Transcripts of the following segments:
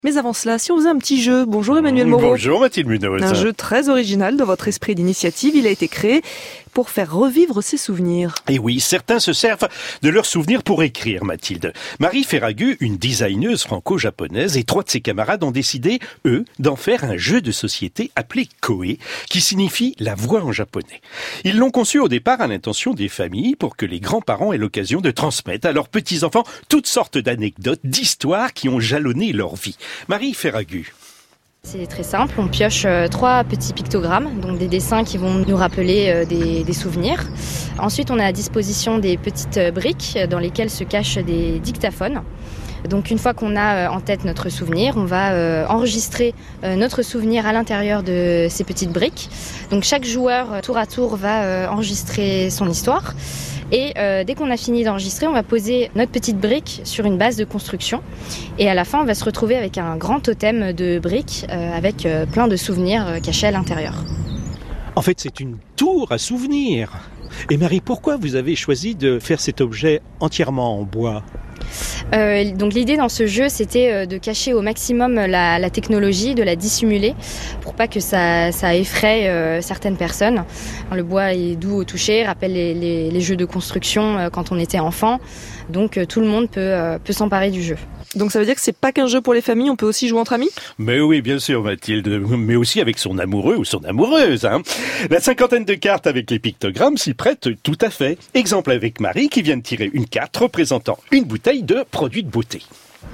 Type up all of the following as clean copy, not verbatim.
Mais avant cela, si on faisait un petit jeu. Bonjour Emmanuel Moreau. Bonjour Mathilde Munoz. Un jeu très original de votre esprit d'initiative. Il a été créé pour faire revivre ses souvenirs. Et oui, certains se servent de leurs souvenirs pour écrire, Mathilde. Marie Ferragu, une designeuse franco-japonaise, et 3 de ses camarades ont décidé, eux, d'en faire un jeu de société appelé Koe, qui signifie la voix en japonais. Ils l'ont conçu au départ à l'intention des familles pour que les grands-parents aient l'occasion de transmettre à leurs petits-enfants toutes sortes d'anecdotes, d'histoires qui ont jalonné leur vie. Marie Ferragu. C'est très simple, on pioche 3 petits pictogrammes, donc des dessins qui vont nous rappeler des souvenirs. Ensuite, on a à disposition des petites briques dans lesquelles se cachent des dictaphones. Donc une fois qu'on a en tête notre souvenir, on va enregistrer notre souvenir à l'intérieur de ces petites briques. Donc chaque joueur, tour à tour, va enregistrer son histoire. Et dès qu'on a fini d'enregistrer, on va poser notre petite brique sur une base de construction. Et à la fin, on va se retrouver avec un grand totem de briques avec plein de souvenirs cachés à l'intérieur. En fait, c'est une tour à souvenirs. Et Marie, pourquoi vous avez choisi de faire cet objet entièrement en bois ? Donc l'idée dans ce jeu, c'était de cacher au maximum la technologie, de la dissimuler pour pas que ça effraie certaines personnes. Le bois est doux au toucher, rappelle les jeux de construction quand on était enfant. Donc tout le monde peut s'emparer du jeu. Donc ça veut dire que c'est pas qu'un jeu pour les familles, on peut aussi jouer entre amis ? Mais oui, bien sûr Mathilde, mais aussi avec son amoureux ou son amoureuse. La 50aine de cartes avec les pictogrammes s'y prête tout à fait. Exemple avec Marie qui vient de tirer une carte représentant une bouteille de produits de beauté.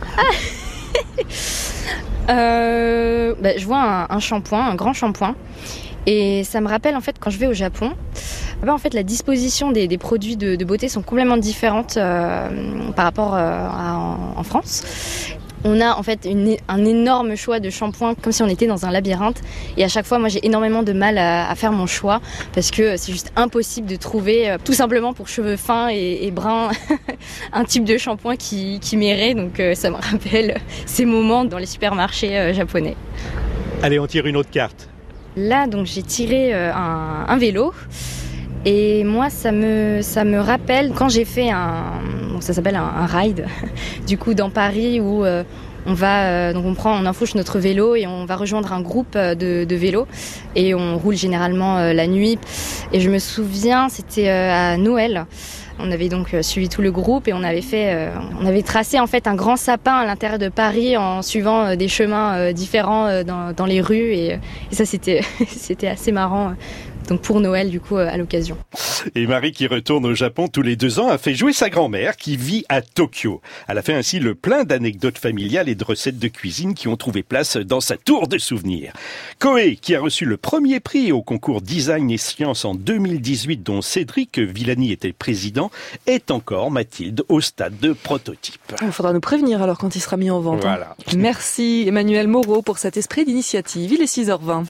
Je vois un shampoing, un grand shampoing. Et ça me rappelle en fait quand je vais au Japon, en fait la disposition des produits de beauté sont complètement différentes par rapport en France. On a en fait un énorme choix de shampoings comme si on était dans un labyrinthe. Et à chaque fois, moi j'ai énormément de mal à faire mon choix parce que c'est juste impossible de trouver, tout simplement pour cheveux fins et bruns, un type de shampoing qui m'irait. Donc ça me rappelle ces moments dans les supermarchés japonais. Allez, on tire une autre carte. Là, donc j'ai tiré un vélo et moi ça me rappelle quand j'ai fait ça s'appelle un ride du coup dans Paris où on enfouche notre vélo et on va rejoindre un groupe de vélos et on roule généralement la nuit. Et je me souviens, c'était à Noël. On avait donc suivi tout le groupe et on avait tracé en fait un grand sapin à l'intérieur de Paris en suivant des chemins différents dans les rues et ça c'était assez marrant. Donc pour Noël du coup à l'occasion. Et Marie qui retourne au Japon tous les 2 ans a fait jouer sa grand-mère qui vit à Tokyo. Elle a fait ainsi le plein d'anecdotes familiales et de recettes de cuisine qui ont trouvé place dans sa tour de souvenirs. Koe, qui a reçu le premier prix au concours Design et Sciences en 2018 dont Cédric Villani était président, est encore, Mathilde, au stade de prototype. Il faudra nous prévenir alors quand il sera mis en vente. Voilà. Merci Emmanuel Moreau pour cet esprit d'initiative. Il est 6h20.